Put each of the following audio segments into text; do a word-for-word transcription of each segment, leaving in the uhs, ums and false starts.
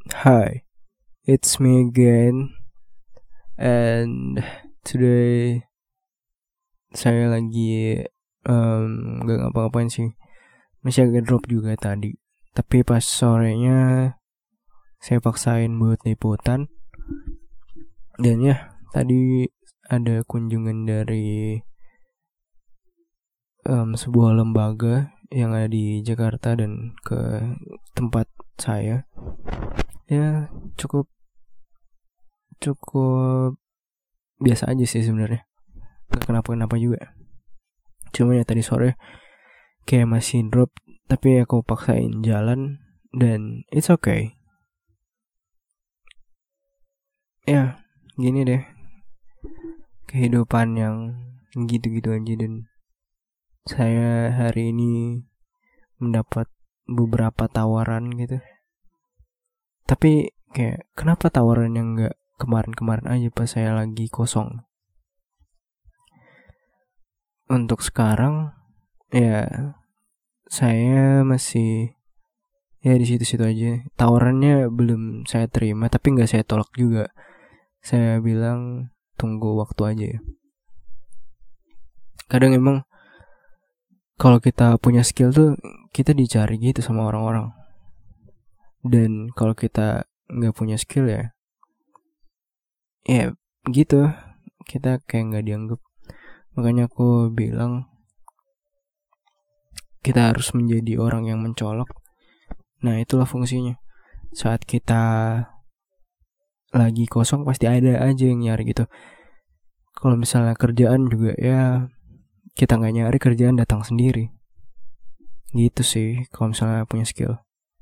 Hi, it's me again, and today saya lagi em, nggak ngapa-ngapain sih, masih agak drop juga tadi. Tapi pas sorenya saya paksain buat liputan, dan ya tadi ada kunjungan dari em, sebuah lembaga yang ada di Jakarta dan ke tempat saya. Ya cukup cukup biasa aja sih sebenarnya, nggak kenapa-kenapa juga. Cuma ya tadi sore kayak masih drop, tapi aku paksain jalan dan it's okay. Ya gini deh, kehidupan yang gitu-gitu aja. Dan saya hari ini mendapat beberapa tawaran gitu, tapi kayak kenapa tawaran yang nggak kemarin-kemarin aja pas saya lagi kosong. Untuk sekarang ya saya masih ya di situ-situ aja. Tawarannya belum saya terima, tapi nggak saya tolak juga. Saya bilang tunggu waktu aja ya. Kadang emang kalau kita punya skill tuh kita dicari gitu sama orang-orang. Dan kalau kita nggak punya skill ya, ya gitu, kita kayak nggak dianggap. Makanya aku bilang kita harus menjadi orang yang mencolok. Nah itulah fungsinya. Saat kita lagi kosong pasti ada aja yang nyari gitu. Kalau misalnya kerjaan juga ya kita nggak nyari, kerjaan datang sendiri. Gitu sih kalau misalnya punya skill.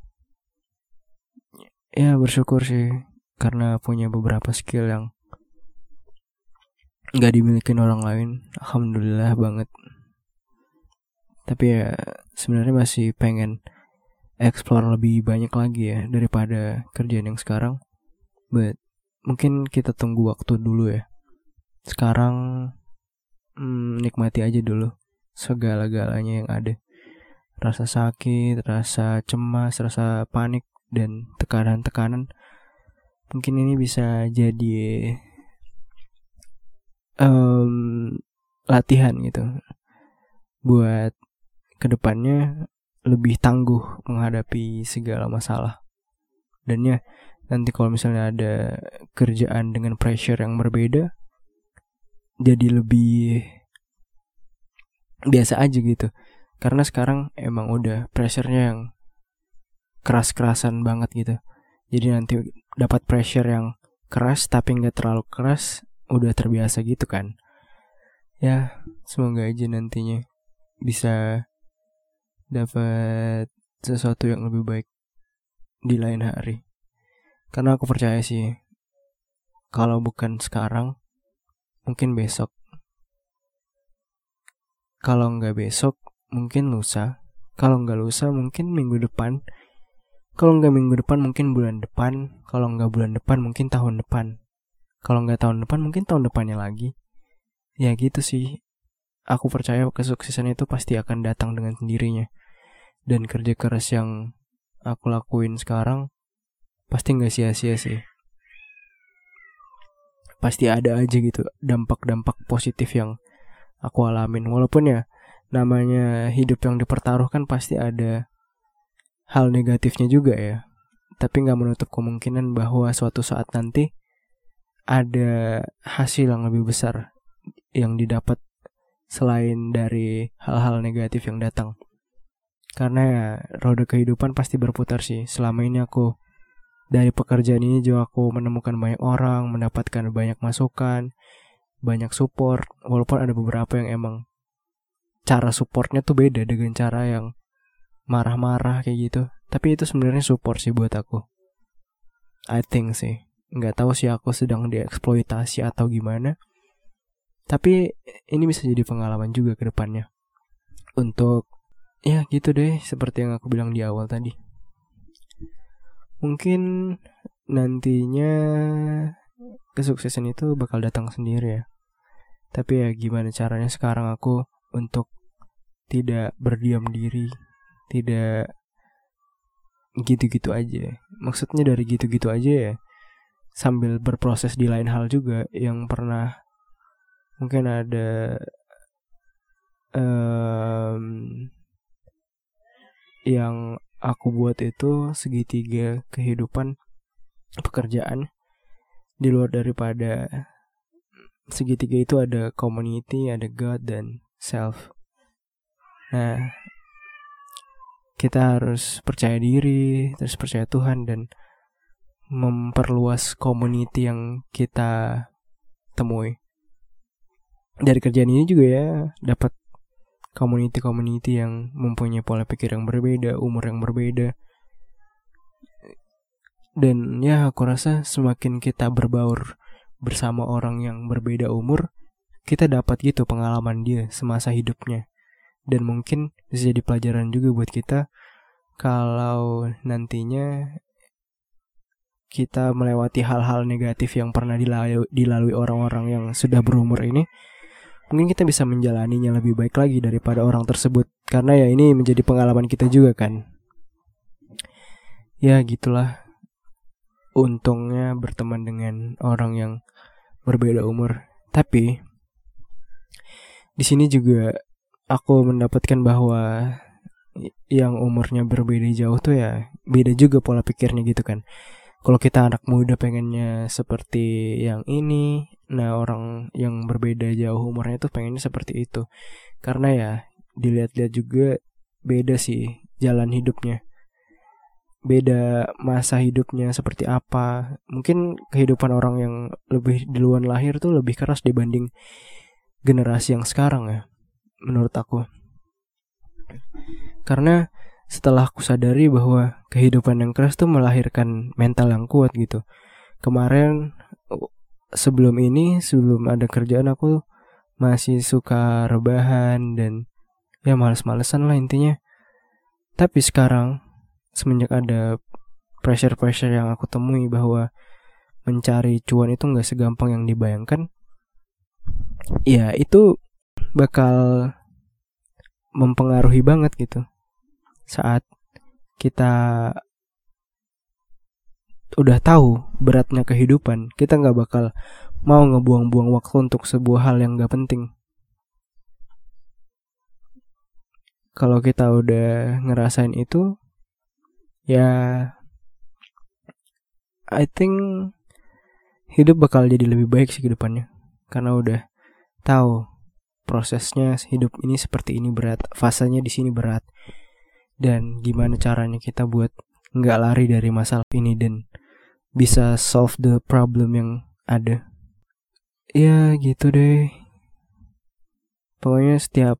Ya bersyukur sih karena punya beberapa skill yang nggak dimiliki orang lain. Alhamdulillah banget. Tapi ya sebenarnya masih pengen explore lebih banyak lagi ya daripada kerjaan yang sekarang. But mungkin kita tunggu waktu dulu ya. Sekarang hmm, nikmati aja dulu segala-galanya yang ada. Rasa sakit, rasa cemas, rasa panik, dan tekanan-tekanan. Mungkin ini bisa jadi um, latihan gitu buat kedepannya lebih tangguh menghadapi segala masalah. Dan ya nanti kalau misalnya ada kerjaan dengan pressure yang berbeda, jadi lebih biasa aja gitu. Karena sekarang emang udah pressure-nya yang keras-kerasan banget gitu. Jadi nanti dapat pressure yang keras tapi nggak terlalu keras, udah terbiasa gitu kan. Ya semoga aja nantinya bisa dapat sesuatu yang lebih baik di lain hari. Karena aku percaya sih, kalau bukan sekarang, mungkin besok. Kalau nggak besok, mungkin lusa. Kalau nggak lusa, mungkin minggu depan. Kalau nggak minggu depan, mungkin bulan depan. Kalau nggak bulan depan, mungkin tahun depan. Kalau nggak tahun depan, mungkin tahun depannya lagi. Ya gitu sih. Aku percaya kesuksesan itu pasti akan datang dengan sendirinya. Dan kerja keras yang aku lakuin sekarang pasti nggak sia-sia sih. Pasti ada aja gitu dampak-dampak positif yang aku alamin. Walaupun ya namanya hidup yang dipertaruhkan pasti ada hal negatifnya juga ya. Tapi nggak menutup kemungkinan bahwa suatu saat nanti ada hasil yang lebih besar yang didapat selain dari hal-hal negatif yang datang. Karena ya roda kehidupan pasti berputar sih. Selama ini aku dari pekerjaan ini juga aku menemukan banyak orang, mendapatkan banyak masukan, banyak support. Walaupun ada beberapa yang emang cara supportnya tuh beda dengan cara yang marah-marah kayak gitu. Tapi itu sebenarnya support sih buat aku. I think sih. Nggak tahu sih aku sedang dieksploitasi atau gimana. Tapi ini bisa jadi pengalaman juga ke depannya. Untuk ya gitu deh, seperti yang aku bilang di awal tadi. Mungkin nantinya kesuksesan itu bakal datang sendiri ya. Tapi ya gimana caranya sekarang aku untuk tidak berdiam diri, tidak gitu-gitu aja. Maksudnya dari gitu-gitu aja ya, sambil berproses di lain hal juga. Yang pernah mungkin ada um, yang aku buat itu segitiga kehidupan pekerjaan. Di luar daripada segitiga itu ada community, ada God, dan self. Nah, kita harus percaya diri, terus percaya Tuhan, dan memperluas community yang kita temui. Dari kerjaan ini juga ya, dapat community-community yang mempunyai pola pikir yang berbeda, umur yang berbeda. Dan ya, aku rasa semakin kita berbaur bersama orang yang berbeda umur, kita dapat gitu pengalaman dia semasa hidupnya. Dan mungkin bisa jadi pelajaran juga buat kita kalau nantinya kita melewati hal-hal negatif yang pernah dilalui, dilalui orang-orang yang sudah berumur ini. Mungkin kita bisa menjalaninya lebih baik lagi daripada orang tersebut. Karena ya ini menjadi pengalaman kita juga kan. Ya gitulah. Untungnya berteman dengan orang yang berbeda umur. Tapi di sini juga aku mendapatkan bahwa yang umurnya berbeda jauh tuh ya beda juga pola pikirnya gitu kan. Kalau kita anak muda pengennya seperti yang ini, nah orang yang berbeda jauh umurnya tuh pengennya seperti itu. Karena ya dilihat-lihat juga beda sih jalan hidupnya, beda masa hidupnya seperti apa. Mungkin kehidupan orang yang lebih duluan lahir tuh lebih keras dibanding generasi yang sekarang ya, menurut aku. Karena setelah aku sadari bahwa kehidupan yang keras tuh melahirkan mental yang kuat gitu. Kemarin sebelum ini, sebelum ada kerjaan, aku masih suka rebahan dan ya males-malesan lah intinya. Tapi sekarang semenjak ada pressure-pressure yang aku temui bahwa mencari cuan itu gak segampang yang dibayangkan, ya itu bakal mempengaruhi banget gitu. Saat kita udah tahu beratnya kehidupan, kita gak bakal mau ngebuang-buang waktu untuk sebuah hal yang gak penting. Kalau kita udah ngerasain itu, ya I think hidup bakal jadi lebih baik sih ke depannya. Karena udah tahu prosesnya hidup ini seperti ini berat, fasanya di sini berat. Dan gimana caranya kita buat nggak lari dari masalah ini dan bisa solve the problem yang ada. Ya gitu deh. Pokoknya setiap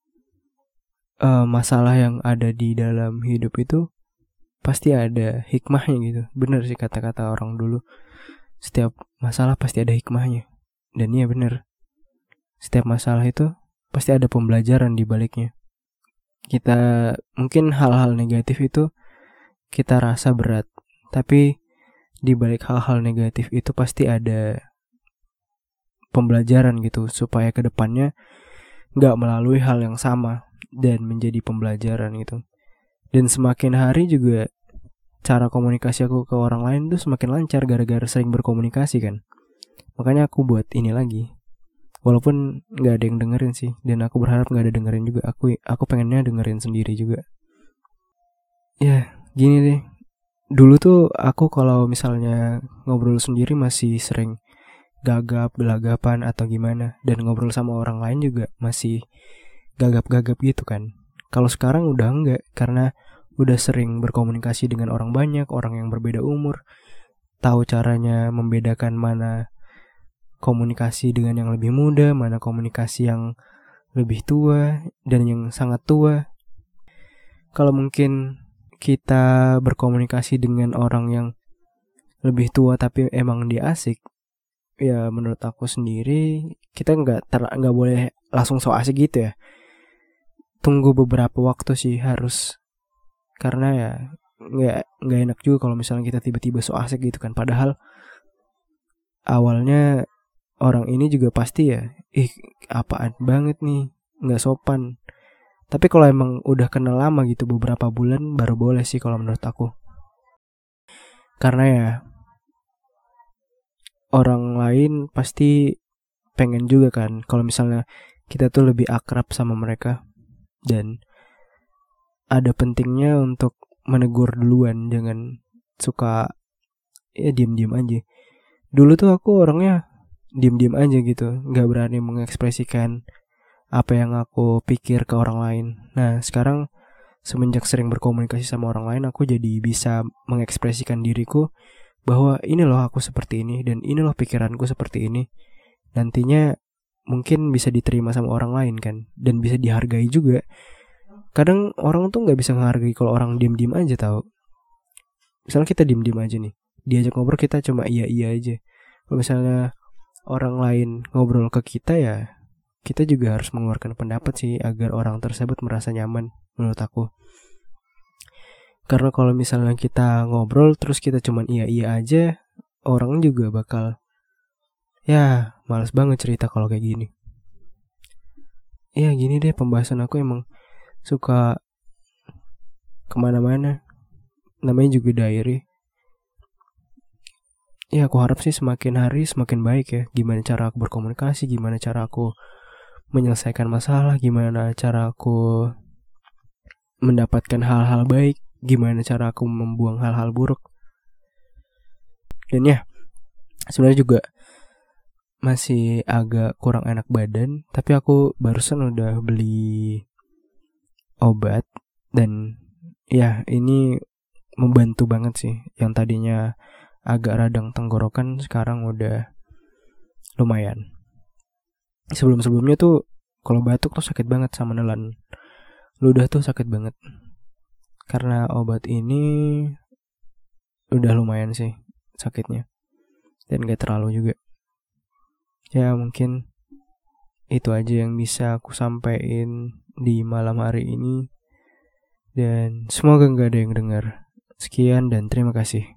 uh, masalah yang ada di dalam hidup itu pasti ada hikmahnya gitu. Bener sih kata-kata orang dulu. Setiap masalah pasti ada hikmahnya. Dan iya bener. Setiap masalah itu pasti ada pembelajaran di baliknya. Kita mungkin hal-hal negatif itu kita rasa berat, tapi di balik hal-hal negatif itu pasti ada pembelajaran gitu supaya kedepannya nggak melalui hal yang sama dan menjadi pembelajaran gitu. Dan semakin hari juga cara komunikasi aku ke orang lain tuh semakin lancar gara-gara sering berkomunikasi kan. Makanya aku buat ini lagi. Walaupun gak ada yang dengerin sih, dan aku berharap gak ada dengerin juga. Aku aku pengennya dengerin sendiri juga. Ya gini deh, dulu tuh aku kalau misalnya ngobrol sendiri masih sering gagap, gelagapan atau gimana. Dan ngobrol sama orang lain juga masih gagap-gagap gitu kan. Kalau sekarang udah enggak, karena udah sering berkomunikasi dengan orang banyak, orang yang berbeda umur. Tahu caranya membedakan mana komunikasi dengan yang lebih muda, mana komunikasi yang lebih tua dan yang sangat tua. Kalau mungkin kita berkomunikasi dengan orang yang lebih tua tapi emang dia asik, ya menurut aku sendiri kita nggak ter nggak boleh langsung so asik gitu ya. Tunggu beberapa waktu sih harus, karena ya nggak nggak enak juga kalau misalnya kita tiba-tiba so asik gitu kan. Padahal awalnya orang ini juga pasti ya, ih apaan banget nih, nggak sopan. Tapi kalau emang udah kenal lama gitu beberapa bulan baru boleh sih kalau menurut aku. Karena ya orang lain pasti pengen juga kan kalau misalnya kita tuh lebih akrab sama mereka, dan ada pentingnya untuk menegur duluan, jangan suka ya diam-diam aja. Dulu tuh aku orangnya diam-diam aja gitu, nggak berani mengekspresikan apa yang aku pikir ke orang lain. Nah sekarang semenjak sering berkomunikasi sama orang lain, aku jadi bisa mengekspresikan diriku bahwa ini loh aku seperti ini, dan ini loh pikiranku seperti ini. Nantinya mungkin bisa diterima sama orang lain kan, dan bisa dihargai juga. Kadang orang tuh nggak bisa menghargai kalau orang diem-diem aja tau. Misalnya kita diem-diem aja nih, diajak ngobrol kita cuma iya-iya aja. Kalau misalnya orang lain ngobrol ke kita, ya kita juga harus mengeluarkan pendapat sih agar orang tersebut merasa nyaman, menurut aku. Karena kalau misalnya kita ngobrol terus kita cuman iya-iya aja, orang juga bakal ya malas banget cerita kalau kayak gini. Ya gini deh, pembahasan aku emang suka kemana-mana. Namanya juga diary. Ya aku harap sih semakin hari semakin baik ya. Gimana cara aku berkomunikasi, gimana cara aku menyelesaikan masalah, gimana cara aku mendapatkan hal-hal baik, gimana cara aku membuang hal-hal buruk. Dan ya sebenarnya juga masih agak kurang enak badan, tapi aku barusan udah beli obat, dan ya ini membantu banget sih. Yang tadinya agak radang tenggorokan sekarang udah lumayan. Sebelum-sebelumnya tuh kalau batuk tuh sakit banget, sama nelan ludah tuh sakit banget. Karena obat ini udah lumayan sih sakitnya, dan gak terlalu juga. Ya mungkin itu aja yang bisa aku sampaikan di malam hari ini, dan semoga gak ada yang dengar. Sekian dan terima kasih.